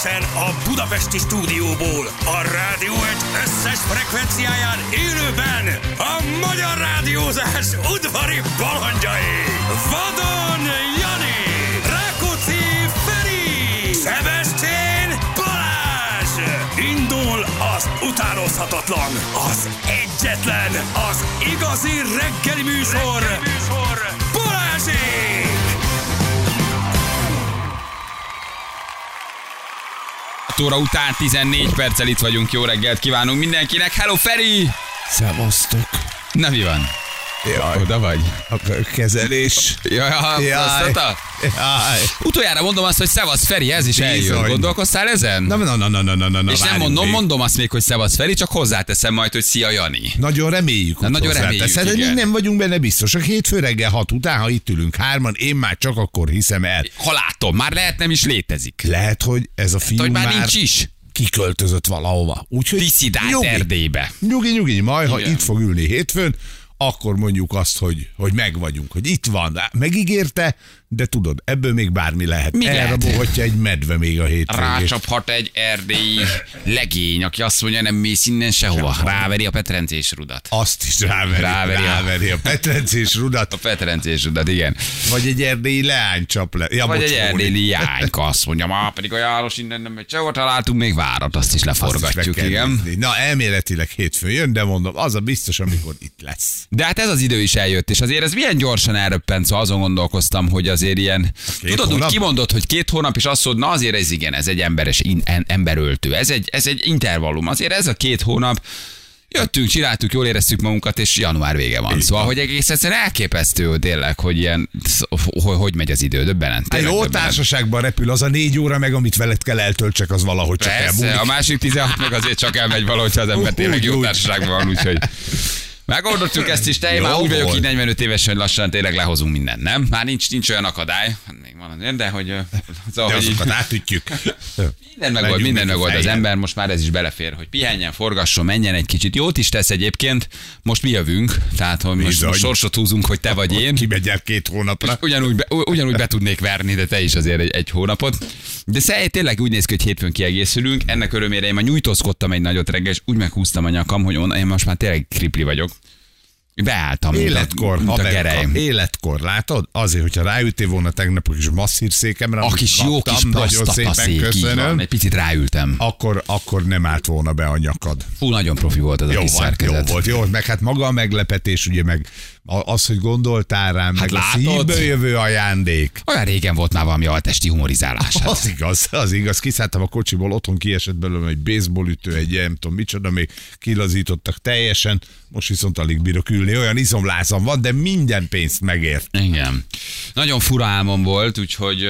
Élőben a budapesti stúdióból, a rádió egy összes frekvenciáján élőben a magyar rádiózás udvari balandjai. Vadon Jani, Rákóczi Feri, Szebestén Balázs. Indul az utánozhatatlan, az egyetlen, az igazi reggeli műsor, Balázsék! 6 óra után 14 perccel itt vagyunk, jó reggelt kívánunk mindenkinek. Hello Feri! Szevasztok! Na mi van? Jaj. Oda vagy? A kezelés. Jaj. Utoljára mondom azt, hogy szevasz Feri, ez is eljön. Gondolkoztál ezen? Na, és nem mondom azt még, hogy szevasz Feri, csak hozzáteszem majd, hogy szia Jani. Nagyon reméljük, hogy hozzáteszed, de még nem vagyunk benne biztosak. Hétfő reggel 6 után, ha itt ülünk hárman, én már csak akkor hiszem el. Ha látom, már lehet nem is létezik. Lehet, hogy ez a fiú hogy már nincs is. Kiköltözött valahova. Úgyhogy Tiszidált Erdélybe. Nyugi, majd ha itt fog ülni hétfőn, akkor mondjuk azt, hogy meg vagyunk, hogy itt van. Megígérte, de tudod, ebből még bármi lehet. Elrabolhatja egy medve még a hétvégét. Rácsaphat egy erdélyi legény, aki azt mondja, nem mész innen sehova. Ráveri a petrencés rudat. Azt is ráveri a petrencés rudat. A petrencés rudat, igen. Vagy egy erdélyi leány csap le. Ja, vagy egy erdélyi leányka, azt mondja, már pedig a János innen nem megy sehova, találtunk még várat, azt is leforgatjuk, igen. Na, elméletileg hétfőn jön, de mondom, az a biztos, amikor itt lesz. De hát ez az idő is eljött, és azért ez milyen gyorsan elröppent, szóval azon gondolkoztam, hogy azért ilyen, tudod, úgy kimondod, hogy 2 hónap, és azt mondod, na azért ez igen, ez egy emberöltő, ez egy intervallum, azért ez a 2 hónap, jöttünk, csináltuk, jól éreztük magunkat, és január vége van. Szóval, hogy egész egyszerűen elképesztő tényleg, hogy ilyen, hogy megy az idő, döbbenet. Jó társaságban repül, az a 4 óra meg, amit veled kell eltöltsek, az valahogy csak elmúlik. A másik 16 meg azért csak elmegy valahogy, ha az ember tényleg jó társaságban van, úgyhogy... Megoldottuk ezt is, te, én már úgy vagyok így 45 évesen, hogy lassan tényleg lehozunk mindent, nem? Már nincs olyan akadály, még van azért, de hogy... Szóval, de azokat átütjük. Minden megold az ember, most már ez is belefér, hogy pihenjen, forgasson, menjen egy kicsit. Jót is tesz egyébként, most mi jövünk, tehát hogy most sorsot húzunk, hogy te vagy én. Kimegyek 2 hónapra. Ugyanúgy be tudnék verni, de te is azért egy hónapot. De tényleg úgy néz ki, hogy hétfőn kiegészülünk. Ennek örömére én már nyújtózkodtam egy nagyot reggel, és úgy meghúztam a nyakam, hogy én most már tényleg kripli vagyok. Beálltam, életkor, mint a gerej. Életkor, látod? Azért, hogyha ráültél volna tegnap a kis masszírszékemre, a kis jó kis pasztapaszék, egy picit ráültem. Akkor nem állt volna be a nyakad. Fú, nagyon profi volt az a kis szerkezet. Jó volt, meg hát maga a meglepetés, ugye meg az, hogy gondoltál rám, hát meg látod? A szívből jövő ajándék. Olyan régen volt már valami altesti humorizálás. Az igaz. Kiszálltam a kocsiból, otthon kiesett belőlem egy baseballütő, egy nem tudom micsoda, még kilazítottak teljesen, most viszont alig bírok ülni. Olyan izomlázam van, de minden pénzt megért. Igen. Nagyon fura álmom volt, úgyhogy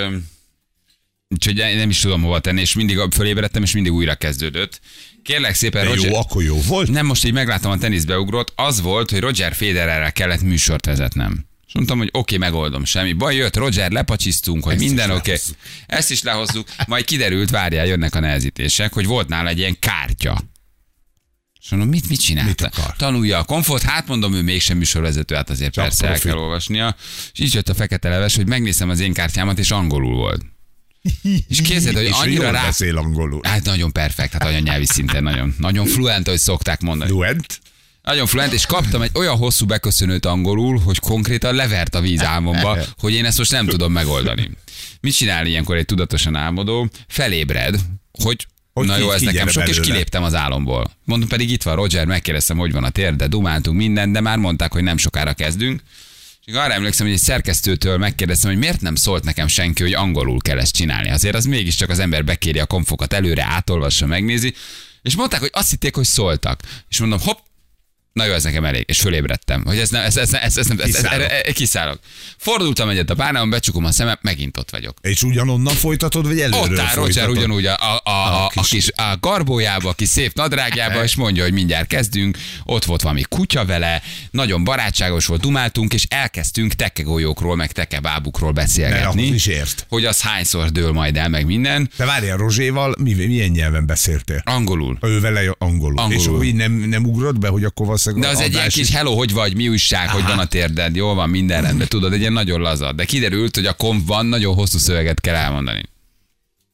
nem is tudom hova tenni, és mindig fölébredtem, és mindig újra kezdődött. Kérlek szépen, Roger... Jó, akkor jó volt? Nem, most így megláttam a teniszbeugrott, az volt, hogy Roger Federerrel kellett műsort vezetnem. És mondtam, hogy oké, megoldom, semmi baj, jött Roger, lepacsisztunk, hogy minden oké. Ezt is lehozzuk, majd kiderült, várjál, jönnek a nehezítések, hogy volt nála egy ilyen kártya. És mondom, mit csinálta? Tanulja a komfort, hát mondom, ő mégsem műsorvezető, hát azért csak persze profi. El kell olvasnia. És így jött a fekete leves, hogy megnéztem az én kártyámat, és angolul volt. És képzeld, hogy annyira rá... beszél angolul. Hát nagyon perfekt, hát anyanyelvi szinten nagyon fluent, ahogy szokták mondani. Fluent? Nagyon fluent, és kaptam egy olyan hosszú beköszönőt angolul, hogy konkrétan levert a víz álmomba, hogy én ezt most nem tudom megoldani. Mit csinál ilyenkor egy tudatosan álmodó? Felébred, hogy na jó, ez nekem sok, és kiléptem az álomból. Mondom, pedig itt van Roger, megkérdeztem, hogy van a térde, dumáltunk mindent, de már mondták, hogy nem sokára kezdünk. És arra emlékszem, hogy egy szerkesztőtől megkérdeztem, hogy miért nem szólt nekem senki, hogy angolul kell ezt csinálni. Azért az mégiscsak az ember bekéri a konfokat előre, átolvassa, megnézi. És mondták, hogy azt hitték, hogy szóltak. És mondom, hopp, na jó, ez nekem elég. És fölébredtem, hogy ez nem, kiszállok. Fordultam egyet a párnámon, becsukom a szemem, megint ott vagyok. És ugyanonnan folytatod, vagy előről ott áll Roger ugyanúgy a kis garbójába, a kis szép nadrágjába, és mondja, hogy mindjárt kezdünk. Ott volt valami kutya vele, nagyon barátságos volt, dumáltunk, és elkezdtünk tekegolyókról, meg tekebábukról beszélgetni. Is ért. Hogy az hányszor dől majd el, meg minden. Te várjál, Rozséval milyen nyelven beszéltél? Angolul. Ő vele angolul. És úgy nem ugrott be, hogy akkor de az egy ilyen kis hello, hogy vagy, mi újság, hogy van a térded, jól van, minden rendben, tudod, egy ilyen nagyon laza. De kiderült, hogy a konfban nagyon hosszú szöveget kell elmondani.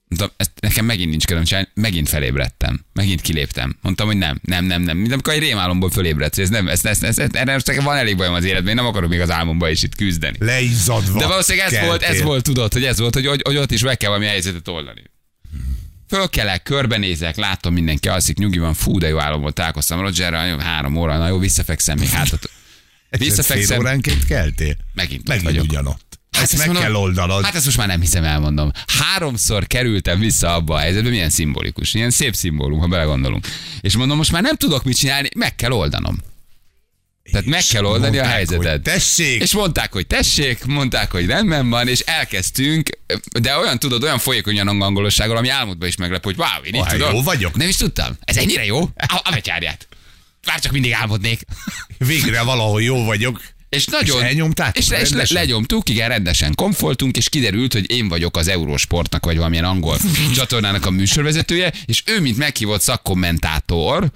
Mondtam, nekem megint nincs kedvem csinálni, megint felébredtem. Megint kiléptem. Mondtam, hogy nem. Mint amikor egy rémálomból fölébredsz, ez nem, erre most nekem van elég bajom az életben, én nem akarok még az álmomba is itt küzdeni. Leizzadva. De valószínűleg ez volt, tudod, hogy ott is meg kell valami helyzetet oldani. Fölkelek, körbenézek, látom mindenki alszik, nyugi van, fú, de jó álom volt, találkoztam Rogerrel, 3 óra, na jó, visszafekszem még hátat. Fél óránként keltél? Megint vagyok. Ugyanott. Ezt meg kell oldanod. Hát ezt most már nem hiszem, elmondom. 3-szor kerültem vissza abba a helyzetbe, milyen szimbolikus, ilyen szép szimbólum, ha belegondolunk. És mondom, most már nem tudok mit csinálni, meg kell oldanom. Tehát meg kell oldani a helyzetet. Tessék! És mondták, hogy tessék, mondták, hogy rendben van, és elkezdtünk, de olyan tudod, olyan folyékonyan angolossággal, ami álmodban is meglep, hogy wow, én így tudom. Jó vagyok. Nem is tudtam. Ez ennyire jó? A betyárját. Már csak mindig álmodnék. Végre valahol jó vagyok. És nagyon, és legyomtuk, igen, rendesen konfoltunk, és kiderült, hogy én vagyok az Eurosportnak, vagy valamilyen angol csatornának a műsorvezetője, és ő, mint meghívott szakkommentátor,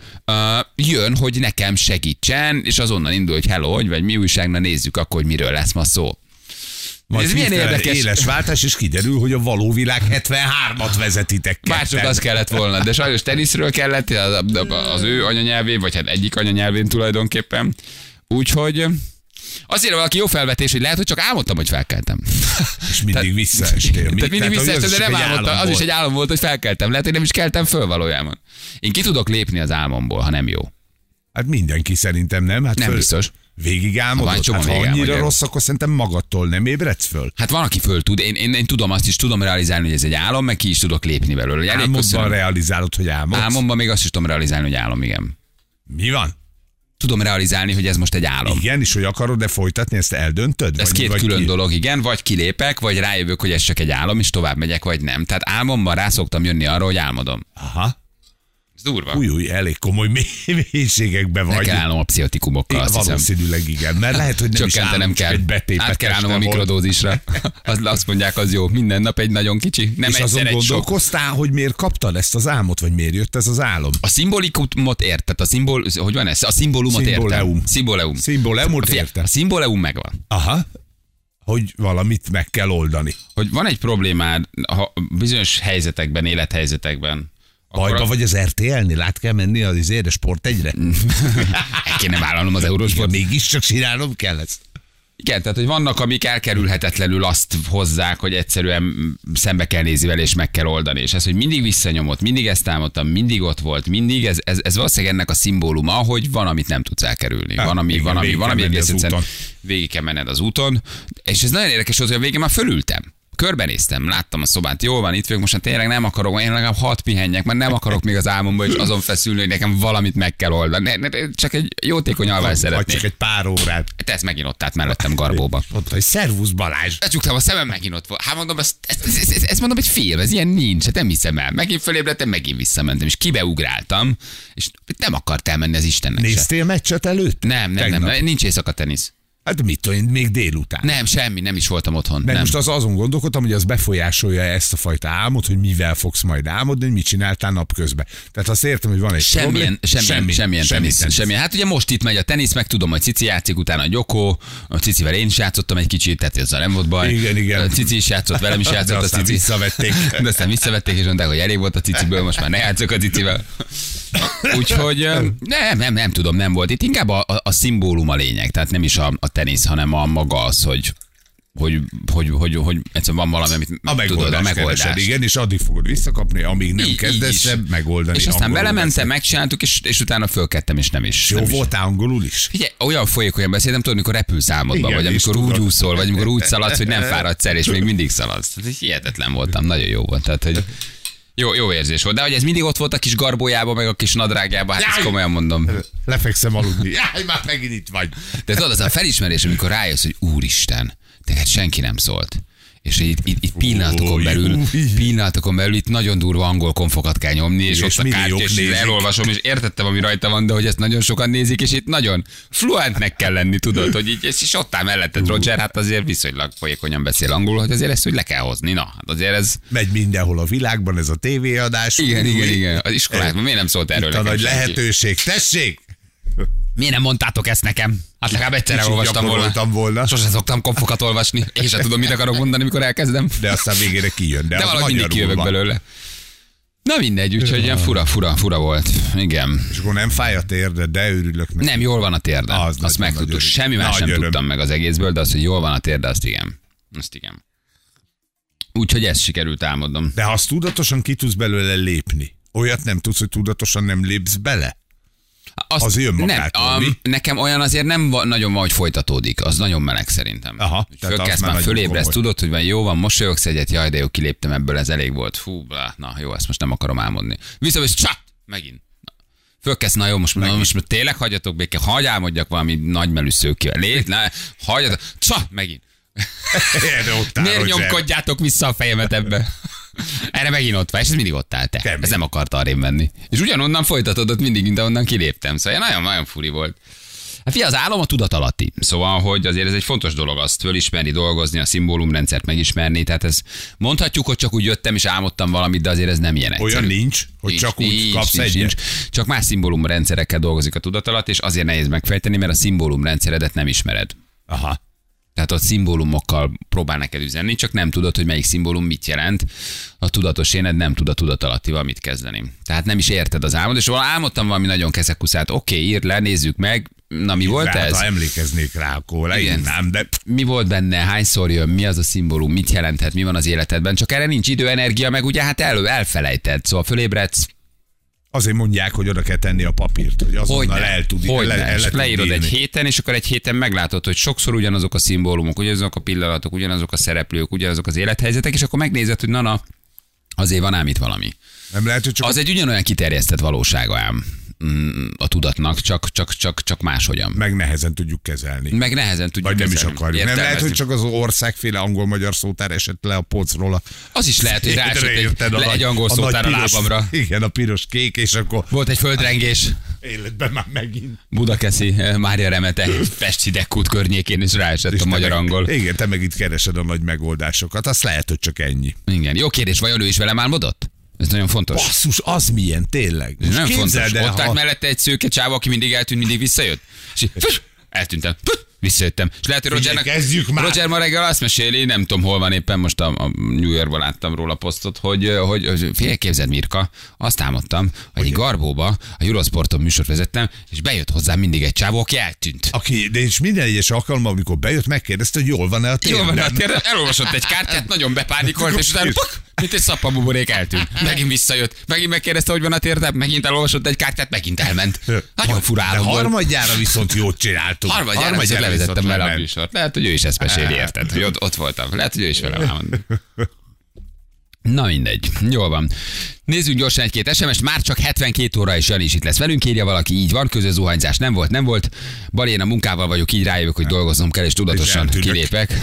jön, hogy nekem segítsen, és azonnal indul, hogy hello, vagy mi újságna, nézzük akkor, hogy miről lesz ma szó. Majd ez milyen érdekes. Éles váltás, és kiderül, hogy a való világ 73-at vezetitek. Mások az kellett volna, de sajnos teniszről kellett, az ő anyanyelvén, vagy hát egyik anyanyelvén tulajdonképpen. Úgyhogy azért valaki jó felvetés, hogy lehet, hogy csak álmodtam, hogy felkeltem. És mindig visszaestél. Tehát mindig visszaestem, de nem álmodtam. Az is egy álom volt, hogy felkeltem. Lehet, hogy nem is keltem föl valójában. Én ki tudok lépni az álmomból, ha nem jó. Hát mindenki szerintem nem. Hát nem biztos. Végig álmodod? Hát, ha annyira rossz, akkor szerintem magadtól nem ébredsz föl? Hát van, aki föl tud. Én tudom azt is, tudom realizálni, hogy ez egy álom, meg ki is tudok lépni belőle. Álmodban realizálod, hogy álmodsz? Álmomban még azt is tudom realizálni, hogy álom, igen. Mi van? Tudom realizálni, hogy ez most egy álom. Igen, és hogy akarod-e folytatni, ezt eldöntöd? Ez két külön dolog, igen. Vagy kilépek, vagy rájövök, hogy ez csak egy álom, és tovább megyek, vagy nem. Tehát álmomban rá szoktam jönni arra, hogy álmodom. Aha. Ez durva. Új, elég komoly mélységekbe vagy. Ne kell állnom a pszichotikumokkal, azt hiszem. Valószínűleg igen, mert lehet, hogy nem is álom, kell. Egy betépet. Át kell állnom a mikrodózisra. Azt mondják, az jó. Minden nap egy nagyon kicsi. Nem és azon gondolkoztál, hogy miért kaptad ezt az álmot, vagy miért jött ez az álom? A szimbolikumot érted, hogy van ez? A szimbólumot értem. Szimbóleumot értem. A szimbóleum megvan. Aha. Hogy valamit meg kell oldani. Hogy van egy problémád bizonyos helyzetekben, élethelyzetekben. Bajba vagy az RTL-nél, át kell menni az édes Sport 1-re? El kéne vállalnom az Eurosport. Mégiscsak csinálnom kell ezt. Igen, tehát hogy vannak, amik elkerülhetetlenül azt hozzák, hogy egyszerűen szembe kell nézni vele, és meg kell oldani. És ez, hogy mindig visszanyomott, mindig ezt támadtam, mindig ott volt, mindig, ez valószínűleg ennek a szimbóluma, hogy van, amit nem tudsz elkerülni. Van, ami egész egyszerűen végig kell menned az úton. És ez nagyon érdekes, hogy a végén már fölültem. Körbenéztem, láttam a szobát, jól van, itt vagyok, most tényleg nem akarok, én legalább 6 pihenjek, mert nem akarok még az álmomba, és azon feszülni, hogy nekem valamit meg kell oldani. Csak egy jótékony alvás szeretnék. Vagy csak egy pár órát. Te ez megint ott állt mellettem garbóba. Mondta, hogy szervusz Balázs. Lecsuktam a szemem, megint ott volt. Hát mondom, ez mondom, egy film, ez ilyen nincs, hát nem hiszem el. Megint fölébredtem, megint visszamentem, és kibeugráltam, és nem akart elmenni az Istennek. Néztél meccset előtt? Nem, nincs éjszaka tenisz. Hát mit tudom, még délután. Nem, semmi, nem is voltam otthon. Mert most azon gondolkodtam, hogy az befolyásolja ezt a fajta álmot, hogy mivel fogsz majd álmodni, hogy mit csináltál napközben. Tehát azt értem, hogy van egy semmilyen tenisz. Hát ugye most itt megy a tenisz, meg tudom, hogy Cici játszik, utána a Gyokó, a Cicivel én is játszottam egy kicsit, tehát ezzel nem volt baj. Igen. A Cici is játszott, velem is játszott a Cici. De aztán visszavették, és mondták, hogy elég volt a Ciciből, most már ne játszok a Cicivel. Úgyhogy nem tudom, nem volt. Itt inkább a szimbólum a lényeg, tehát nem is a tenisz, hanem a maga az, hogy egyszerűen van valami, amit tudod, a megoldás. Igen, és addig fogod visszakapni, amíg nem kezdesz megoldani. És aztán belementem, megcsináltuk, és utána fölkedtem, és nem is. Jó volt angolul is? Figyelj, olyan folyékonyan beszéltem, tudod, amikor repülsz álmodban, vagy amikor úgy úszol, vagy amikor úgy szaladsz, hogy nem fáradsz el, és még mindig szaladsz. Hihetetlen voltam, nagyon jó volt. Tehát, hogy jó érzés volt. De hogy ez mindig ott volt a kis garbójában, meg a kis nadrágjában, hát ezt komolyan mondom. Lefekszem aludni. Jaj, már megint itt vagy. De tudod, az a felismerés, amikor rájössz, hogy úristen, tehát senki nem szólt. És itt pillanatokon belül itt nagyon durva angol konfokat kell nyomni, és ott a kártya, és elolvasom, és értettem, ami rajta van, de hogy ezt nagyon sokan nézik, és itt nagyon fluentnek kell lenni, tudod, hogy így, és ott áll melletted Roger, hát azért viszonylag folyékonyan beszél angolul, hogy azért ezt úgy le kell hozni. Na, hát azért ez... Megy mindenhol a világban ez a tévéadás. Igen. Az iskolában miért nem szólt erről? Itt a nagy lehetőség. Tessék! Miért nem mondtátok ezt nekem? Hát legalább egyszerre olvastam volna. Sose szoktam konfokat olvasni. Én sem tudom, mit akarok mondani, mikor elkezdem. De aztán végére kijön. De valahogy mindig kijövök belőle. Na mindegy, úgyhogy ilyen fura volt. Igen. És akkor nem fáj a térde, de örülök neki. Nem, jól van a térde. Azt megtudtuk. Semmi más nem tudtam meg az egészből, de az, hogy jól van a térde, azt igen. Úgyhogy ezt sikerült álmodnom. De ha azt tudatosan ki tudsz belőle lépni, olyat nem tudsz, hogy tudatosan nem lépsz bele? Az jön magától, mi? Nekem olyan azért nem nagyon van, hogy folytatódik. Az nagyon meleg szerintem. Aha. Fölkelsz már, fölébredsz, tudod, hogy van jó van, mosolyogsz egyet, jaj, de jó, kiléptem ebből, ez elég volt. Fú, na jó, ezt most nem akarom álmodni. Visszavész, csat! Megint. Fölkezd, na jó, most tényleg hagyjatok béke, hagyj álmodjak valami nagymelű szőkével. Hagyjatok, csat! Megint. Miért nyomkodjátok vissza a fejemet ebbe? Erre megint ott van, és ez mindig ott állt te. Ez nem akart arrébb menni. És ugyanonnan folytatódott mindig, mint ahonnan kiléptem. Szóval nagyon-nagyon furi volt. Hát figyelj, az álom a tudatalatti. Szóval, hogy azért ez egy fontos dolog, azt fölismerni, dolgozni, a szimbólumrendszert megismerni. Tehát ez mondhatjuk, hogy csak úgy jöttem és álmodtam valamit, de azért ez nem ilyen egyszerű. Olyan nincs, hogy csak úgy kapsz egyet. Csak más szimbólumrendszerekkel dolgozik a tudatalatt, és azért nehéz megfejteni, mert a szimbólumrendszeredet nem ismered. Aha. Tehát ott szimbólumokkal próbál neked üzenni, csak nem tudod, hogy melyik szimbólum mit jelent. A tudatos éned nem tud a tudatalattival mit kezdeni. Tehát nem is érted az álmod, és álmodtam valami nagyon keszekuszát. Oké, írd le, nézzük meg. Na, mi volt ez? Ha emlékeznék rá, akkor leírnám, de... Mi volt benne, hányszor jön, mi az a szimbólum, mit jelenthet, mi van az életedben, csak erre nincs idő, energia, meg ugye hát elfelejted, szóval fölébredsz. Azért mondják, hogy oda kell tenni a papírt, hogy azonnal el tud leírod egy héten, és akkor egy héten meglátod, hogy sokszor ugyanazok a szimbólumok, ugyanazok a pillanatok, ugyanazok a szereplők, ugyanazok az élethelyzetek, és akkor megnézed, hogy na, azért van ám itt valami. Nem lehet, hogy csak az egy ugyanolyan kiterjesztett valósága ám a tudatnak, csak máshogyan. Meg nehezen tudjuk kezelni. Meg nehezen tudjuk kezelni. Vagy nem is akarjuk. Nem lehet, hogy csak az országféle angol-magyar szótár esett le a polcról. Az is lehet, hogy ráesett egy angol szótár a lábamra. Igen, a piros-kék, és akkor... Volt egy földrengés. Életben már megint. Budakeszi, Mária Remete, Pesti Dekkút környékén is ráesett a magyar-angol. Igen, te meg itt keresed a nagy megoldásokat. Azt lehet, hogy csak ennyi. Igen, jó kérdés, vajon ő is velem álmodott? Ez nagyon fontos. Basszus, az milyen, tényleg. Ez nagyon fontos. Ott állt mellette egy szőke csáva, aki mindig eltűnt, mindig visszajött. És eltűntem. Visszajöttem. És lehet, hogy Roger ma reggel azt meséli, nem tudom, hol van éppen, most a New Yorkban láttam róla posztot, hogy fél képzeld, Mirka, azt álmodtam, hogy egy Garbóba a Eurosporton műsort vezettem, és bejött hozzám mindig egy csávó, aki eltűnt. De és minden egyes alkalommal, amikor bejött, megkérdezte, hogy jól van-e a térdem. Jól van-e a térdem, elolvasott egy kártyát, nagyon bepánikolt, és utána mint egy szappabuborék eltűnt. Megint visszajött. Megint megkérdezte, hogy van a térdem, megint elolvasott egy kártyát, megint elment. Nagyon furálom volt. Harmadjára viszont jót csináltunk. Harmadjára levezettem vele a műsort. Lehet, hogy ő is ezt meséli, érted? Hogy ott voltam. Lehet, hogy ő is velem álmodott. Na mindegy. Jól van. Nézzük gyorsan egy-két SMS-t. Már csak 72 óra és Jani is itt lesz velünk, írja valaki. Így van, közös zuhanyzás nem volt. Bár én a munkával vagyok, így rájövök, hogy dolgoznom kell, és tudatosan kilépek.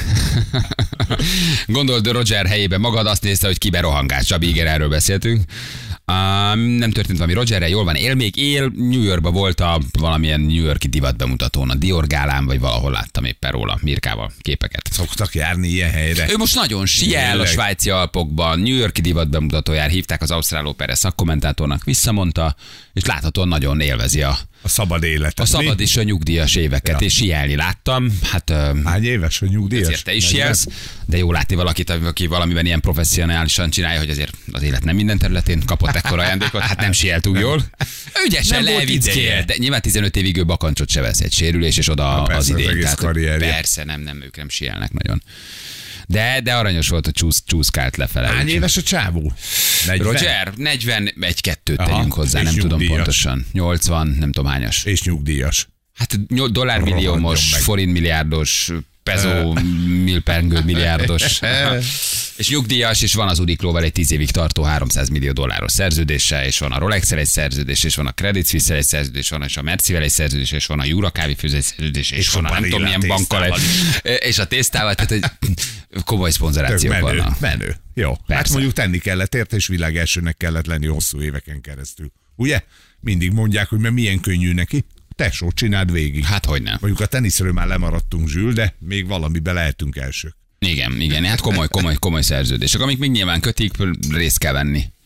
Gondold Roger helyében magad, azt nézte, hogy kibe rohangál. Csabi, igen, erről beszéltünk. Nem történt valami Rogerrel, jól van, él. New Yorkban volt valamilyen New Yorki divat bemutatón, a Dior gálán, vagy valahol láttam éppen róla, Mirkával képeket. Szoktak járni ilyen helyre. Ő most nagyon siel a svájci Alpokban, New Yorki divat bemutatójára hívták az Ausztrál Opera szakkommentátornak, visszamondta, és láthatóan nagyon élvezi a szabad életet. A szabad és a nyugdíjas éveket, és sielni láttam. Hát, hány éves a nyugdíjas? Ezért te is sielsz, de jó látni valakit, aki valamiben ilyen professzionálisan csinálja, hogy azért az élet nem minden területén kapott ekkora ajándékot, hát nem siel túl jól. Ügyesen levickél, de nyilván 15 évig ő bakancsot se vesz, egy sérülés, és oda az idén. Persze, nem, ők nem sielnek nagyon. De aranyos volt, hogy csúszkált lefele. Hány éves a csávó? 40? Roger, 41-2 tegyünk hozzá, nem tudom pontosan. 80, nem tudom hányas. És nyugdíjas. Hát dollármilliómos, forintmilliárdos, peso milpengő milliárdos. És nyugdíjas, és van az Uniqlóval egy 10 évig tartó $300 millió szerződése, és van a Rolex-el egy szerződés, és van a Credit Suisse-el egy szerződés, van és a Merci-vel egy szerződés, és van a Jura kávéfőző egy szerződés, és van a nem tudom milyen bankkal, és a tésztával, tehát egy komoly szponzorációk vannak. Menő. Jó. Persze. Hát mondjuk tenni kellett érte, és világ elsőnek kellett lenni hosszú éveken keresztül. Ugye? Mindig mondják, hogy mert milyen könnyű neki. Tesó, csináld végig. Hát hogyne. Mondjuk a teniszről már lemaradtunk, Zsül, de még valamibe lehetünk elsők. Igen, hát komoly szerződések, amik még nyilván kötik, részt kell venni.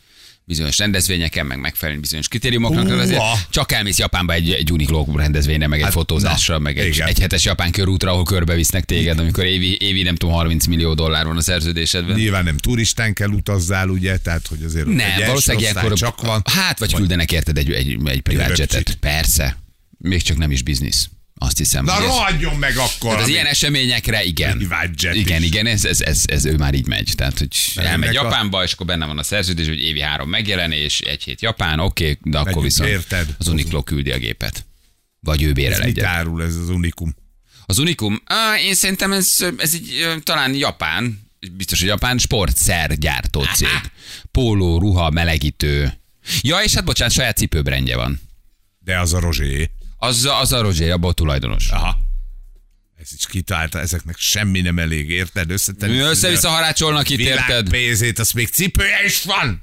bizonyos rendezvényeken, meg megfelelően bizonyos kritériumoknak, azért csak elmész Japánba egy Uniqlo rendezvényre, meg egy fotózásra, meg egy hetes japán körútra, ahol körbevisznek téged, amikor évi nem tudom, $30 millió van a szerződésedben. Nyilván nem turistán kell utazzál, ugye, tehát hogy azért nem, valószínűleg ilyenkor csak van. Hát, vagy küldenek érted egy privát jetet. Persze. Még csak nem is biznisz. Azt hiszem. Na rohadjon meg akkor! Tehát az ilyen eseményekre, igen. Igen, ez ő már így megy. Tehát, hogy elmegy Japánba, és akkor benne van a szerződés, hogy évi 3 megjelenés, 1 hét Japán, oké, de akkor viszont az Uniqlo küldi a gépet. Vagy ő bérel egyet. Mit árul ez az Unicum? Az Unicum? Én szerintem ez így talán Japán, biztos, hogy Japán sportszer gyártó cég. Póló, ruha, melegítő. Ja, és hát bocsánat, saját cipőbrendje van. De az a Rozsé. Az a Rozsé, abban a tulajdonos. Aha. Ez is kitalálta, ezeknek semmi nem elég, érted? Összetenni. Össze-vissza harácsolnak itt, érted? Pénzét, az még cipője is van.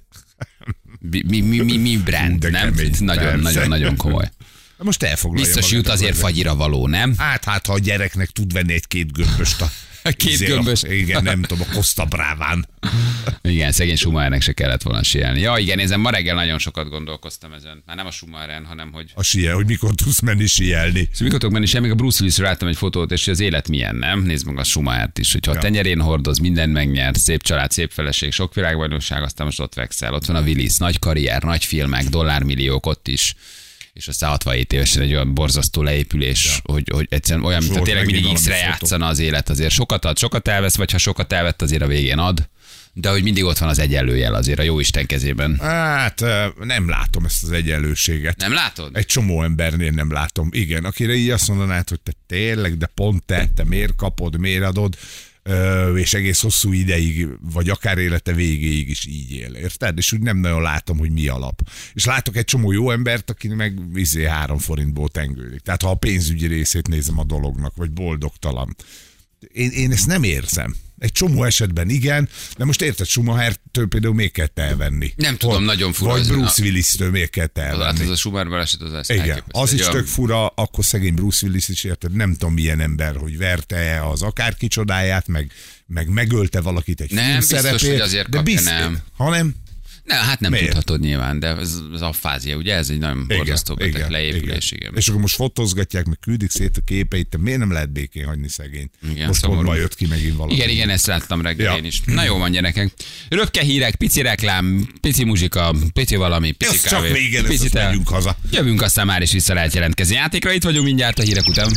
Mi brand, nem? Nagyon komoly. Most elfoglalja. Biztos jut azért fagyira való, nem? Hát, ha a gyereknek tud venni egy-két gömböst Két gömbös. Igen, nem tudom, a Costa Braván. Igen, szegény Schumachernek se kellett volna sielni. Ja, igen, ezen ma reggel nagyon sokat gondolkoztam ezen. Már nem a Schumacheren, hanem hogy... Hogy mikor tudsz menni sielni. Mikor tudok menni sielni, még a Bruce Willisről láttam egy fotót, és az élet milyen, nem? Nézd meg a Schumachert is, hogyha a tenyerén hordoz, mindent megnyert, szép család, szép feleség, sok világbajnokság, aztán most ott vekszel. Ott van a Willis, nagy karrier, nagy filmek, dollármilliók ott is. És aztán 67 évesen egy olyan borzasztó leépülés, hogy egyszerűen olyan, mint tényleg mindig X-re játszana az élet. Azért sokat ad, sokat elvesz, vagy ha sokat elvett, azért a végén ad. De hogy mindig ott van az egyenlőjel azért a jóisten kezében. Hát nem látom ezt az egyenlőséget. Nem látod? Egy csomó embernél nem látom. Igen, akire így azt mondanád, hogy te tényleg, de pont te miért kapod, miért adod, és egész hosszú ideig, vagy akár élete végéig is így él, érted? És úgy nem nagyon látom, hogy mi alap. És látok egy csomó jó embert, aki meg 3 forintból tengődik. Tehát ha a pénzügyi részét nézem a dolognak, vagy boldogtalan. Én ezt nem érzem. Egy csomó esetben igen, de most érted, Schumachertől például még kell elvenni. Nem tudom, nagyon fura. Vagy Bruce Willistől még kell elvenni. Hát ez a Schumacher baleset az ezt. Igen, az is tök fura, akkor szegény Bruce Willis is érted, nem tudom milyen ember, hogy verte az akárki csodáját, meg megölte valakit egy filmszerepért. Nem biztos, hogy azért kapja, nem. Hanem nem, hát nem tudhatod nyilván, de ez az affázia, ugye? Ez egy nagyon borzasztó beteg leépülés. Igen. És akkor most fotózgatják, meg küldik szét a képeit, te miért nem lehet békén hagyni szegényt? Igen, most pont ma jött ki megint valami. Igen, ezt láttam reggel én is. Na jó van, gyerekek. Röpke hírek, pici reklám, pici muzsika, pici valami, pici kávé. Csak vége lesz, azt megyünk haza. Jövünk, aztán már is vissza lehet jelentkezni. Játékra itt vagyunk mindjárt a hírek után.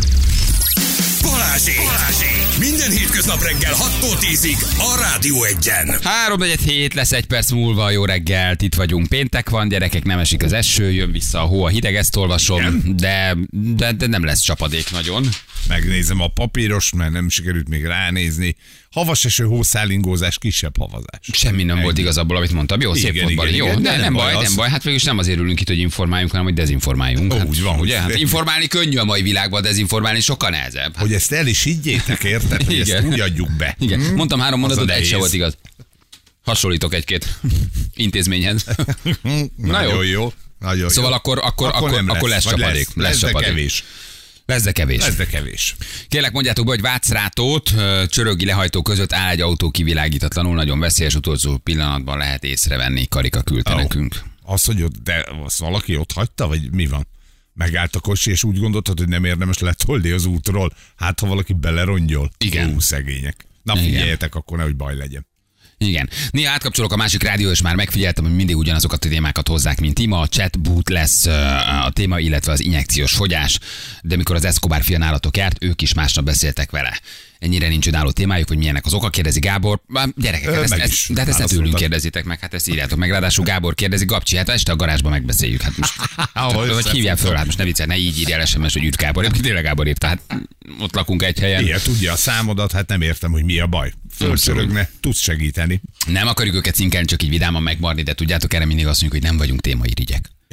Balázsék! Minden hétköznap reggel 6-tól 10-ig a Rádió 1-en. 3-4 lesz 1 perc múlva, jó reggelt, itt vagyunk. Péntek van, gyerekek, nem esik az eső, jön vissza a hó, a hideg, ezt olvasom, de nem lesz csapadék nagyon. Megnézem a papíros, mert nem sikerült még ránézni. Havas eső, hószálingózás, kisebb havazás. Semmi nem volt igazából, amit mondtam. Jó, szép volt, Bali. Jó, de nem baj. Hát végülis nem azért ülünk itt, hogy informáljunk, hanem hogy dezinformáljunk. Úgy van, ugye? Hát informálni könnyű a mai világban, dezinformálni sokkal nehezebb. Hogy ezt el is higgyétek, érted? Hogy ezt úgy adjuk be. Igen. Mondtam 3 mondatot, de egy se volt igaz. Hasonlítok 1-2 intézményhez. Nagyon jó. Szóval akkor lesz csapadék. Lesz de kevés. Lesz de kevés. Kérlek, mondjátok be, hogy Vácrátót, Csörögi lehajtó között áll egy autó kivilágítatlanul, nagyon veszélyes, utolsó pillanatban lehet észrevenni. Karika küldte nekünk. Az, hogy de azt valaki ott hagyta, vagy mi van? Megállt a kocsi, és úgy gondoltad, hogy nem érdemes letolni az útról. Hát, ha valaki belerongyol. Igen. Szegények. Na figyeljetek, akkor nehogy baj legyen. Igen. Néha átkapcsolok a másik rádió, és már megfigyeltem, hogy mindig ugyanazokat a témákat hozzák, mint ima. A chatbot lesz a téma, illetve az injekciós fogyás. De mikor az Escobar fia nálatok járt, ők is másnap beszéltek vele. Ennyire nincs önálló témájuk, hogy milyennek az oka, kérdezi Gábor. Gyerekek, de ezt ne tőlünk kérdezitek meg, hát ezt írjátok meg. Ráadásul Gábor kérdezi, Gabcsi, hát este a garázsban megbeszéljük. Hát most, vagy hívjál föl, hát most ne viccelj, ne így írjál SMS, hogy üt Gábor. Tényleg Gábor írta, hát ott lakunk egy helyen. Igen, tudja a számodat, hát nem értem, hogy mi a baj. Fölcsörögne, tudsz segíteni. Nem akarjuk őket szinkelni, csak így vidáman megmarni, de tudjátok, erre mindig azt mondjuk, hogy nem vagyunk témairigyek.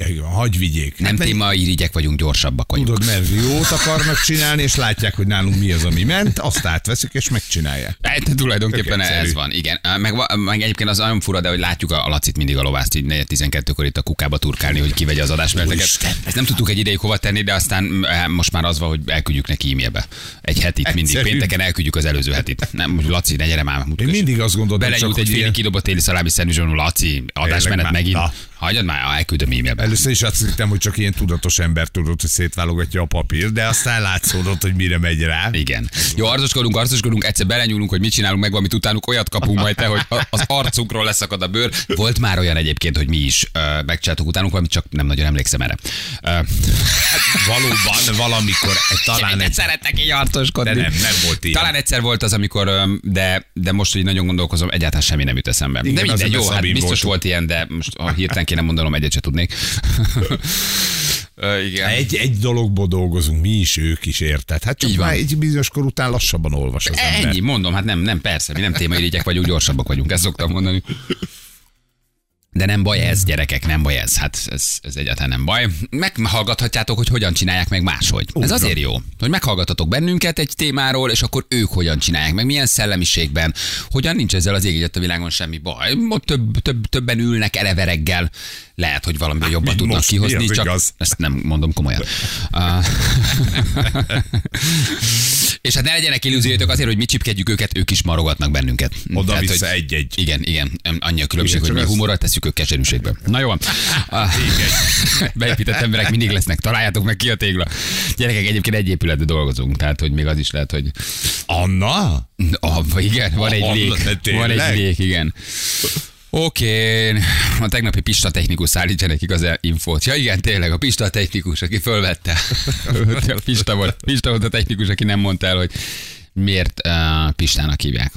Igen, hagyj vigyék. Nem Hát témairigyek vagyunk, gyorsabbak vagyunk. tudod, mert jót akarnak csinálni, és látják, hogy nálunk mi az, ami ment, azt átveszik, és megcsinálják. Hát, tulajdonképpen Tök egyszerű. ez van, igen. Meg egyébként az nagyon fura, de hogy látjuk a Lacit mindig a lovászt, így 4:12-kor itt a kukába turkálni, hogy kivegye az adásmeneteket. Ezt nem tudtuk egy ideig hova tenni, de aztán most már az van, hogy elküldjük neki e-mailbe. Egy hetit mindig. Egyszerű. Pénteken elküldjük az előző hetit. Nem, hogy Laci, ne gyere már. Én mindig azt gondoltam, Belenyújt csak, egy hogy félig kidobott téli szalámi szendvicsön, Laci, adásmenet már, megint. na. Hagyjad már, elküldöm e-mailbe. először is azt hittem, hogy csak ilyen tudatos ember tudott, hogy szétválogatja a papír, de aztán látszódott, hogy mire megy rá. Igen. Jó, arcoskodunk, egyszer belenyúlunk, hogy mit csinálunk meg, amit utánuk olyat kapunk majd te, hogy az arcunkról leszakad a bőr. Volt már olyan egyébként, hogy mi is megcsináltuk utánunk, valamit csak nem nagyon emlékszem erre. Valóban, valamikor talán Egy szeretnek így arcoskodni. De nem volt ilyen. Talán egyszer volt az, amikor, de most, hogy nagyon gondolkozom, egyáltalán semmi nem jut eszembe. Igen, De mindegy, azért jó, hát Szabin biztos volt. volt ilyen, de most ha hirtelen kéne mondanom, egyet se tudnék. Igen. Egy dologból dolgozunk, mi is, ők is, érted? Hát csak Így van. már egy bizonyos kor után lassabban olvas az ember. Ennyi, mondom, hát nem, persze, mi nem témairigyek vagyunk, gyorsabbak vagyunk, ezt szoktam mondani. De nem baj ez, gyerekek, nem baj ez. Hát ez egyáltalán nem baj. Meghallgathatjátok, hogy hogyan csinálják meg máshogy. Ez azért jó, hogy meghallgatatok bennünket egy témáról, és akkor ők hogyan csinálják meg, milyen szellemiségben, hogyan nincs ezzel az ég egyet a világon semmi baj. Ott többen ülnek eleve reggel, lehet, hogy valami jobban mint tudnak most, kihozni, mi az csak igaz? ezt nem mondom komolyan. És hát ne legyenek illúzióitok azért, hogy mi csipkedjük őket, ők is marogatnak bennünket. Oda-vissza Tehát, hogy- egy-egy. Igen. Annyi a különbség, Igen, hogy csak mi az- humorral tesszük ők keserűségbe. Na jó van. Beépített emberek mindig lesznek, találjátok meg ki a tégla. Gyerekek, egyébként egy épületben dolgozunk, tehát hogy még az is lehet, hogy... Anna? Igen, van egy Anna, lék. de Van egy tényleg? lék, igen. Oké, a tegnapi Pista technikus szállítja nekik az infót. Ja igen, tényleg, a Pista technikus, aki fölvette. Pista volt a technikus, aki nem mondta el, hogy miért Pistának hívják.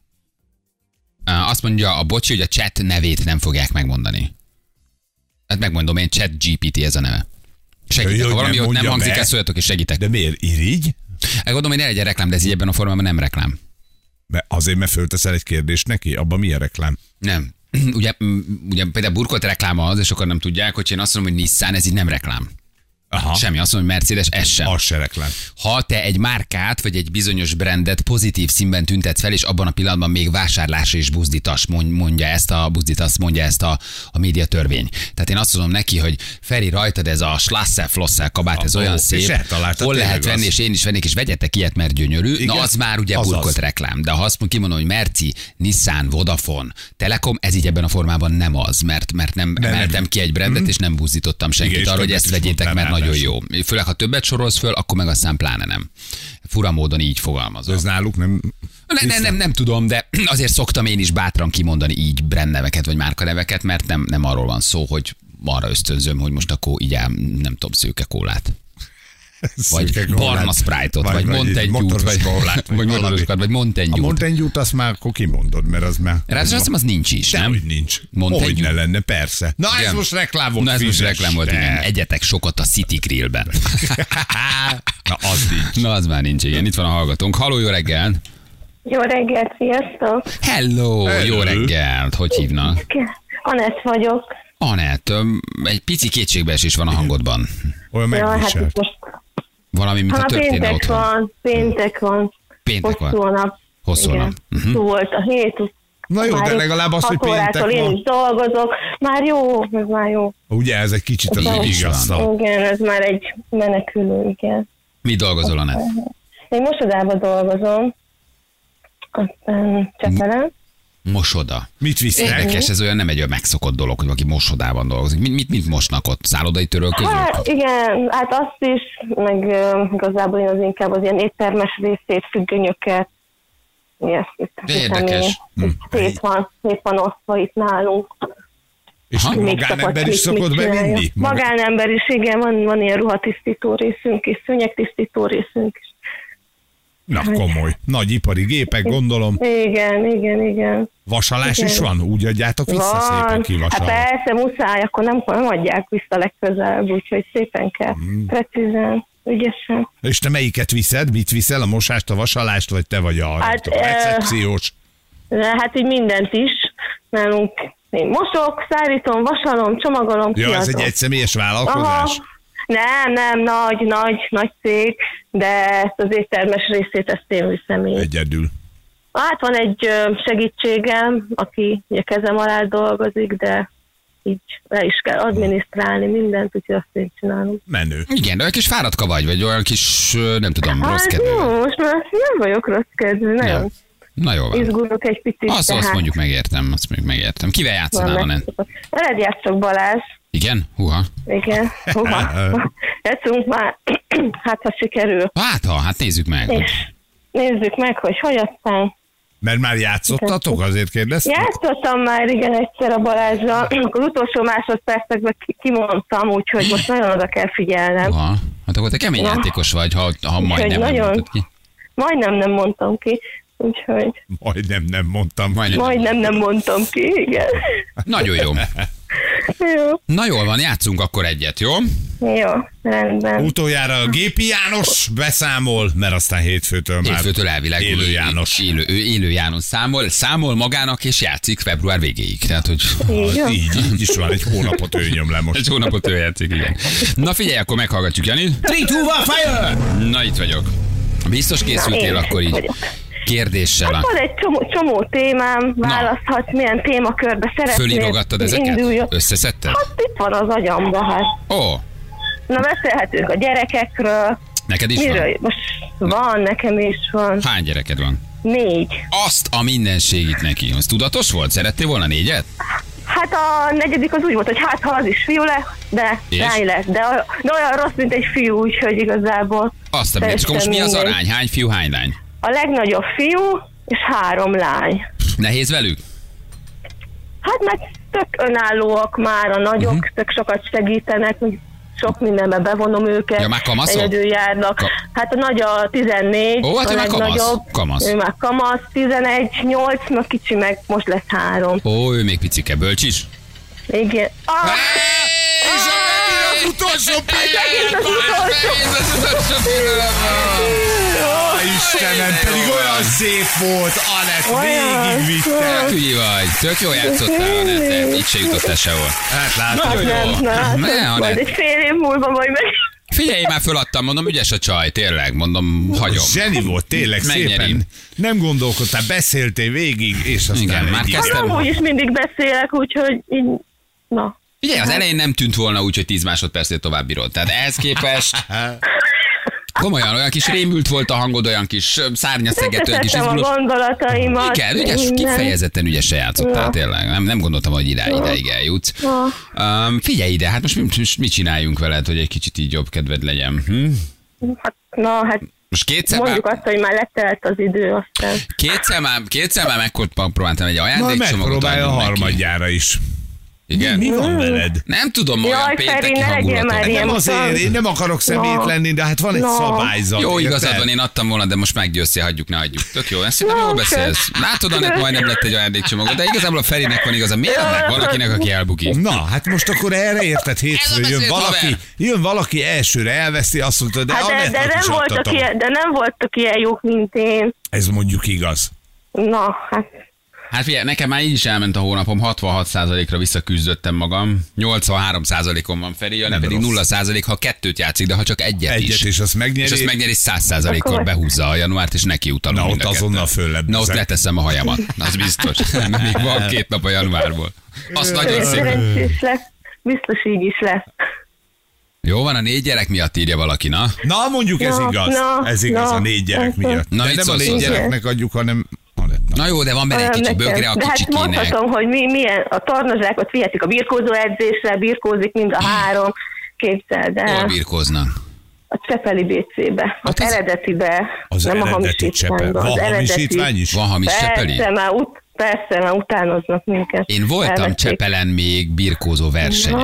Azt mondja a bocsi, hogy a chat nevét nem fogják megmondani. Hát megmondom én, chat GPT ez a neve. Segítek, Jó, ha valami nem ott nem mondja hangzik, be. ezt szóljatok és segítek. De miért irigy? Gondolom, hogy ne legyen reklám, de ez így ebben a formában nem reklám. Mert fölteszel egy kérdést neki, abban mi a reklám? Nem. Ugye például burkolt reklám az, és akkor nem tudják, hogy én azt mondom, hogy Nissan, ez így nem reklám. Aha. Semmi, azt mondom, hogy Mercedes, ez sem. Az se reklám. Ha te egy márkát, vagy egy bizonyos brandet pozitív színben tüntetsz fel, és abban a pillanatban még vásárlásra is buzdítass, mondja ezt a médiatörvény. Tehát én azt mondom neki, hogy Feri, rajtad ez a Schlassel-Flossel kabát, ez olyan és szép, eltaláltad, hol lehet tényleg venni, az. és én is vennék, és vegyetek ilyet, mert gyönyörű. Igen? Na az már ugye Azaz. burkolt reklám. De ha azt kimondom, hogy Merci, Nissan, Vodafone, Telekom, ez így ebben a formában nem az, mert nem emeltem ki egy brandet, és nem buzdítottam senkit Igen, és arra, hogy többet ezt is vegyétek, mondtál mert nagyon ráadásul. jó. Főleg, ha többet sorolsz föl, akkor meg aztán pláne nem. Fura módon így fogalmazom. Ez náluk nem... Nem tudom, de azért szoktam én is bátran kimondani így brandneveket vagy márkaneveket, mert nem arról van szó, hogy arra ösztönzöm, hogy most akkor így nem tudom, szőke kólát. Vagy Szőke kólát. barna Sprite-ot, vagy Mountain Dew-t, motoros vagy kólát, vagy motorosokat, vagy Mountain A Dew-t. Mountain Dew-t azt már akkor kimondod, mert az már... Ráadásul azt hiszem, az nincs is, nem? Hogy nincs. Mountain Hogy Dew. ne lenne, persze. Na ez Igen. most reklám volt. Na ez most fizes reklám volt, te. igen. Egyetek sokat a City Grillben. Na az nincs. Na az már nincs, igen. Itt van a hallgatónk. Halló, jó reggel! Jó reggelt, sziasztok! Hello, jó reggelt! Hogy hívnak? Anett vagyok. Anett, egy pici kétségbeesés van a hangodban. Olyan Ja, hát megviselt. itt most Valami, mint a történne péntek otthon. van, péntek van. Péntek Hosszú van. a nap. Hosszú a Igen. nap. Mhm. Hosszú volt a hét. Na jó, Már de legalább az, hogy 6 órától péntek én van. is dolgozok. Már jó, ez már jó. Ugye ez egy kicsit az Igen. igazszal. Igen, ez már egy menekülő, igen. Mi dolgozol, Anett? Én mosodában dolgozom. Aztán Csepelen. Mosoda. Mit visznek? Érdekes, ez olyan nem egy olyan megszokott dolog, hogy valaki mosodában dolgozik. Mit mosnak ott? Szállodai törölközők? Hát igen, hát azt is, meg igazából én az inkább az ilyen éttermes részét, függönyöket, ilyesmit. De érdekes. Szét van osztva itt nálunk. És Aha. magánember is szokott bevinni? Magánember is, igen, van ilyen ruhatisztító részünk és szőnyegtisztító részünk is. Na komoly. Nagy ipari gépek, gondolom. Igen. Vasalás Igen. is van? Úgy adjátok vissza szépen Hát kivasalva. persze, muszáj, akkor nem adják vissza legközelebb, úgyhogy szépen kell, precízen, ügyesen. És te melyiket viszed? Mit viszel? A mosást, a vasalást, vagy te vagy a Hát, recepciós? Hát így mindent is. Nálunk Én mosok, szárítom, vasalom, csomagolom, Ja, ez kiadom. egy egyszemélyes vállalkozás? Nem, nagy cég, de ezt az éttermes részét ezt én viszem így. Egyedül. Hát van egy segítségem, aki ugye kezem alá dolgozik, de így le is kell adminisztrálni mindent, úgyhogy azt én csinálom. Menő. Igen, de olyan kis fáradtka vagy olyan kis, nem tudom, rossz Hát kedvű. jó, most már nem vagyok rossz kedvű, nagyon Ja. Na jó van. izgulok egy picit. Azt mondjuk megértem, Kivel játszanál, Anett? Veled játszok, Balázs. Igen? Húha. Igen. Játszunk már, hát ha sikerül. Hát nézzük meg. És nézzük meg, hogy aztán. Mert már játszottatok, azért kérdeztem? Játszottam már, igen, egyszer a Balázsral. Az utolsó másodpercekben kimondtam, úgyhogy most nagyon oda kell figyelnem. Húha. Hát akkor te kemény játékos vagy, ha majdnem nem nagyon- mondtad ki. Majdnem nem mondtam ki, úgyhogy Majdnem nem mondtam. majdnem nem mondtam ki, igen. Nagyon jó. Jó, Na jól van, játszunk akkor egyet, jó? jó, rendben. Utoljára a Gépi János beszámol, mert aztán hétfőtől már Hétfőtől elvileg élő János. Élő János számol magának és játszik február végéig. Tehát, hogy Így van. Így is van, egy hónapot ő nyom le most. egy hónapot ő játszik, igen. Na figyelj, akkor meghallgatjuk, Jani. 3, 2, 1, fire! Na itt vagyok. Biztos készültél Na, én akkor így vagyok. kérdéssel. Hát van egy csomó témám, választhatsz, milyen témakörbe szeretnél. Fölírogattad ezeket? induljon. Összeszedted? Hát itt van az agyamban, hát. Ó, Na, beszélhetünk a gyerekekről. neked is Miről? van? Most van, nekem is van. Hány gyereked van? 4. Azt a mindenségit neki. Az tudatos volt? Szerettél volna 4-et? Hát a negyedik az úgy volt, hogy hát ha az is fiú lesz, de És? lány lesz. De olyan rossz, mint egy fiú, úgyhogy igazából. Azt a mindenségit. Most mi az Teljesen arány? Hány fiú, hány lány? A legnagyobb fiú, és 3 lány. Nehéz velük? Hát mert tök önállóak már a nagyok, tök sokat segítenek, hogy sok mindenbe bevonom őket. Ja, már kamaszok? Egyedül járnak. Hát a nagy a 14, Ó, hát a ő már legnagyobb. kamasz. Ő már kamasz, 11, 8, na kicsi meg most lesz 3. Ó, ő még picike, bölcs is. Igen. És az utolsó Megint az utolsó. Istenem, pedig olyan szép volt, Anett, végigvitte. Tök ügyi vagy, tök jó játszottál, Anett, így se jutottál sehol. Hát látod. Nagyon jó. Ne, Anett. Majd egy fél év múlva majd meg. Figyelj, már föladtam, mondom, ügyes a csaj, tényleg, mondom, hagyom. Zseni volt, tényleg Megnyeri. szépen. Nem gondolkodtál, beszéltél végig, és aztán Igen, már egy kezdtem. idő. Amúgy is mindig beszélek, úgyhogy így, na. Figyelj, az elején nem tűnt volna úgy, hogy 10 másodpercnél tovább bírod. Tehát ehhez képest komolyan, olyan kis rémült volt a hangod, olyan kis szárnyaszegető, olyan kis Összeszedtem a izgulós. gondolataimat. Igen, ügyes, minden. kifejezetten ügyesen játszottál, Ja. tényleg. Nem gondoltam, hogy ideig eljutsz. Figyelj ide, hát most mit csináljunk veled, hogy egy kicsit így jobb kedved legyen? Hát Most kétszer mondjuk már, azt, hogy már letelt az idő, aztán. kétszer már megpróbáltam egy Na, ajándékcsomagot megpróbálja a adni neki. harmadjára is. Igen? Mi van veled? Nem tudom, olyan Jaj, Feri, pénteki ne legyél hangulatom. már ilyen. Nem azért, én nem akarok szemét lenni, de hát van egy No. szabályzat. Jó, igazad érted? van, én adtam volna, de most meggyőztél, hagyjuk, ne hagyjuk. Tök jó, ezt szerintem jól beszélsz. Látod, Anett, majdnem lett egy ajándékcsomagod, de igazából a Ferinek van igaza. Miért ad meg valakinek, aki elbukik? Na, hát most akkor erre érted, hétfő Ez a beszéd, jön valaki elsőre elveszi, azt mondta, de Hát Anettnak is adtatom. de nem voltak ilyen jók, mint én. Ez mondjuk igaz. Na, hát Hát figyelj, nekem már így is elment a hónapom, 66%-ra visszaküzdöttem magam, 83%-on van Feri, Jani Nem pedig rossz. 0%, ha kettőt játszik, de ha csak egyet is. És azt megnyeri. És azt megnyeri 100%-kal Akkor- behúzza a januárt, és neki utalom. Na, mind ott a azonnal kettőt. föllebezek. Na, ott leteszem a hajamat, az biztos. Még van 2 nap a januárból. Azt nagyon szépen. szerencsés lesz. Biztos így is lesz. Jó van, a 4 gyerek miatt írja valaki, na? Na, mondjuk ez Na, igaz. na, Ez igaz na. a 4 gyerek miatt. Na, De mit nem a szólsz 4 hozzá? gyereknek adjuk, hanem Anettnak. Na jó, de van benne egy Olyan kicsi nekem. bögre a De hát kicsikének. mondhatom, hogy milyen a tornazsákot vihetik a birkózó edzésre, birkózik mind a 3. Képzeld Hol el. birkóznak? A Csepeli BC-be. Az Hát ez- eredetibe. Az nem a eredeti Csepe. hamisítványba. Van Az eredeti. hamisítvány is? Van hamis Csepeli? Persze, már utánoznak minket. Én voltam Elvették. Csepelen még birkózó versenyen.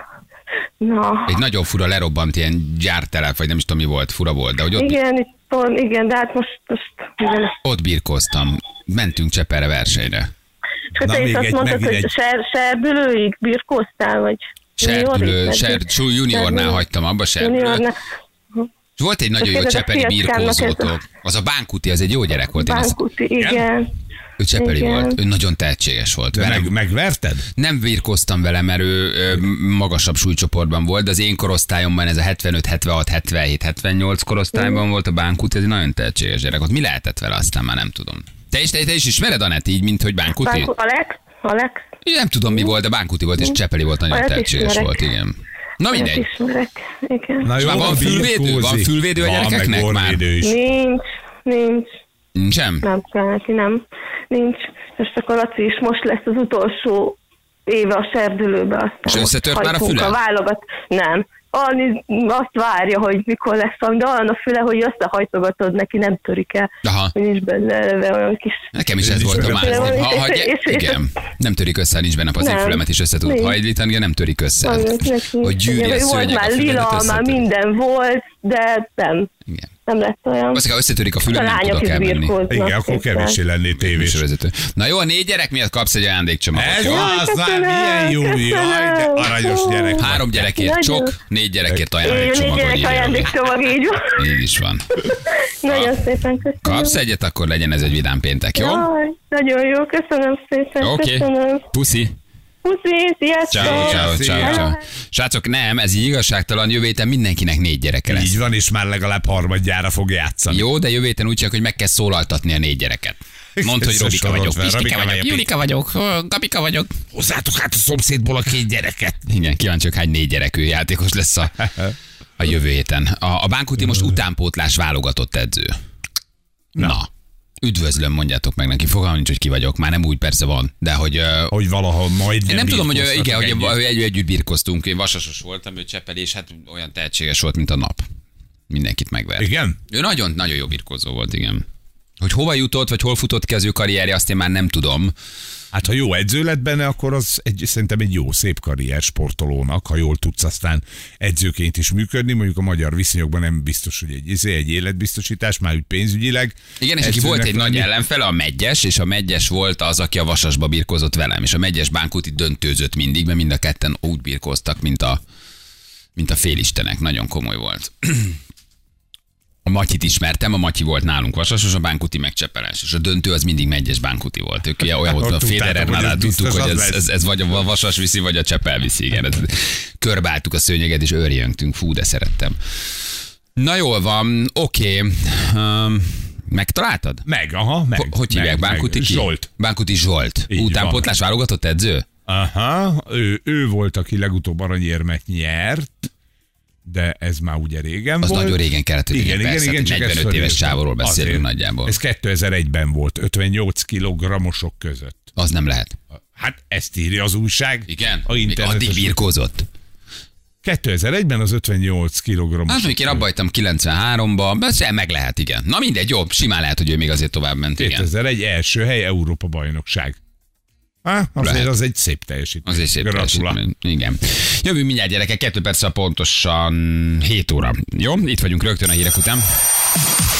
Na, Egy nagyon fura lerobbant ilyen gyártelep, vagy nem is tudom mi volt, fura volt, de hogy ott, igen, de hát most igen. ott birkóztam. Mentünk Csepelre versenyre. És akkor Na, te is még azt egy- mondtad, megint hogy egy- Serdülőig birkóztál, vagy Juniornál hagytam abba, Serdülő. Juniornál. És volt egy nagyon jó Képzeld, a csepeli fiacskámnak ez a- birkózótok. Az a Bánkuti, az egy jó gyerek volt. Én azt, Bánkuti, igen. Ő Csepeli Igen. volt, ő nagyon tehetséges volt. De megverted? Nem birkóztam vele, mert ő magasabb súlycsoportban volt, de az én korosztályomban ez a 75, 76, 77, 78 korosztályban volt a Bánkuti, ez egy nagyon tehetséges gyerek. Ott mi lehetett vele, aztán már nem tudom. Te is ismered, Anett, így, mint hogy Bánkuti? Alex? Én nem tudom, mi volt, de Bánkuti volt, és Csepeli volt, nagyon Olyat tehetséges ismerek. volt, igen. Na mindegy. Ismerek. Igen. Na jó, Már van fülvédő? Van fülvédő a gyerekeknek van, már? meg orvédő is. Nincs. Nincsen? Nem kell neki, nem. Nincs. Most akkor Laci is most lesz az utolsó éve a serdülőbe. Aztán És összetört már a hajtunk füle? Válogat. Nem. Azt várja, hogy mikor lesz valami, de olyan a füle, hogy összehajtogatod neki, nem törik el. Aha. Nincs benne eleve olyan kis... Nekem is ez volt a mázni. Igen, nem törik össze, nincs benne az én Nem. fülemet is össze tudod Nincs. hajlítani, nem törik össze. Hogy gyűrje Igen, a volt szőnyeg a már füledet, lila, már összetörik. minden volt, de nem. Igen. Nem lett olyan. Azt, ha összetörik a fülem, A nem lányok tudok is elmenni. birkóznak. Igen, akkor szépen. kevéssé lenné tévés. Műsorvezető. Na jó, a 4 gyerek miatt kapsz egy ajándékcsomagot, Ez jó? az, már Köszönöm, milyen jó, jaj, de aranyos gyerek. 3 gyerekért Nagyon. csok, 4 gyerekért Én 4 ajándékcsomag. gyerek ajándékcsomag, így van. Így is van. Nagyon szépen köszönöm. Kapsz egyet, akkor legyen ez egy vidám péntek, jó? Jaj, nagyon jó, köszönöm szépen, Oké. köszönöm. Puszi. Puszi, sziasztok! Ciao. Srácok, nem, ez így igazságtalan, jövő héten mindenkinek 4 gyereke lesz. Így van, és már legalább harmadjára fog játszani. Jó, de jövő héten úgy csak, hogy meg kell szólaltatni a 4 gyereket. Mondd, hogy Robika Sorod vagyok, fel, Pistike Robika vagyok, vagyok, Julika vagyok, Gabika vagyok. Hozzátok hát a szomszédból a 2 gyereket. Igen, kíváncsiak, hány 4 gyerekű játékos lesz a jövő héten. A Bánkuti most utánpótlás válogatott edző. Na. Üdvözlöm, mondjátok meg neki. Fogalmam nincs, hogy ki vagyok. Már nem úgy persze van, de hogy... Hogy valahol majd Én nem tudom, hogy birkóztatok igen, együtt. hogy együtt birkoztunk. Én vasasos voltam, ő Csepeli, és hát olyan tehetséges volt, mint a nap. Mindenkit megvert. Igen? Ő nagyon, nagyon jó birkozó volt, igen. Hogy hova jutott, vagy hol futott ki az ő karrierje, azt én már nem tudom. Hát ha jó edző lett benne, akkor az szerintem egy jó, szép karrier sportolónak, ha jól tudsz aztán edzőként is működni. Mondjuk a magyar viszonyokban nem biztos, hogy egy életbiztosítás, már úgy pénzügyileg. Igen, és aki volt egy edzőnek nagy lenni. ellenfele, a Megyes, és a Megyes volt az, aki a Vasasba birkozott velem, és a Megyes Bánkuti döntőzött mindig, mert mind a ketten úgy birkoztak, mint a félistenek. Nagyon komoly volt. A Matyit ismertem, a Matyi volt nálunk Vasasos, a Bánkuti meg Csepeles, és a döntő az mindig Megyes Bánkuti volt. Ők ugye olyan volt, a Federernál tudtuk, hogy ez vagy a Vasas viszi, vagy a Csepel viszi. Igen. Körbáltuk a szőnyeget, és őrjöntünk. Fú, de szerettem. Na jól van, oké. Megtaláltad? Meg. Hogy hívják? Bánkuti ki? Zsolt. Bánkuti Zsolt. Így Utánpótlás válogatott edző? Aha, ő volt, aki legutóbb aranyérmet nyert, de ez már ugye régen Az volt. nagyon régen kellett, hogy igen, persze, csak 45 ezt éves fölírtam. csávóról beszélünk Azért. nagyjából. Ez 2001-ben volt, 58 kilogramosok között. Az nem lehet. Hát ezt írja az újság. Igen? A Még internetes. addig birkózott. 2001-ben az 58 kilogramos. Hát mondjuk én abba hagytam 93-ba, ez meg lehet, igen. Na mindegy, jobb, simán lehet, hogy ő még azért tovább ment, igen. 2001 első hely Európa bajnokság. Azért Lehet. az egy szép teljesítmény. Az egy szép Gratulál. teljesítmény. Igen. Jövünk mindjárt gyerekek, 2 perccel pontosan 7 óra. Jó? Itt vagyunk rögtön a hírek után.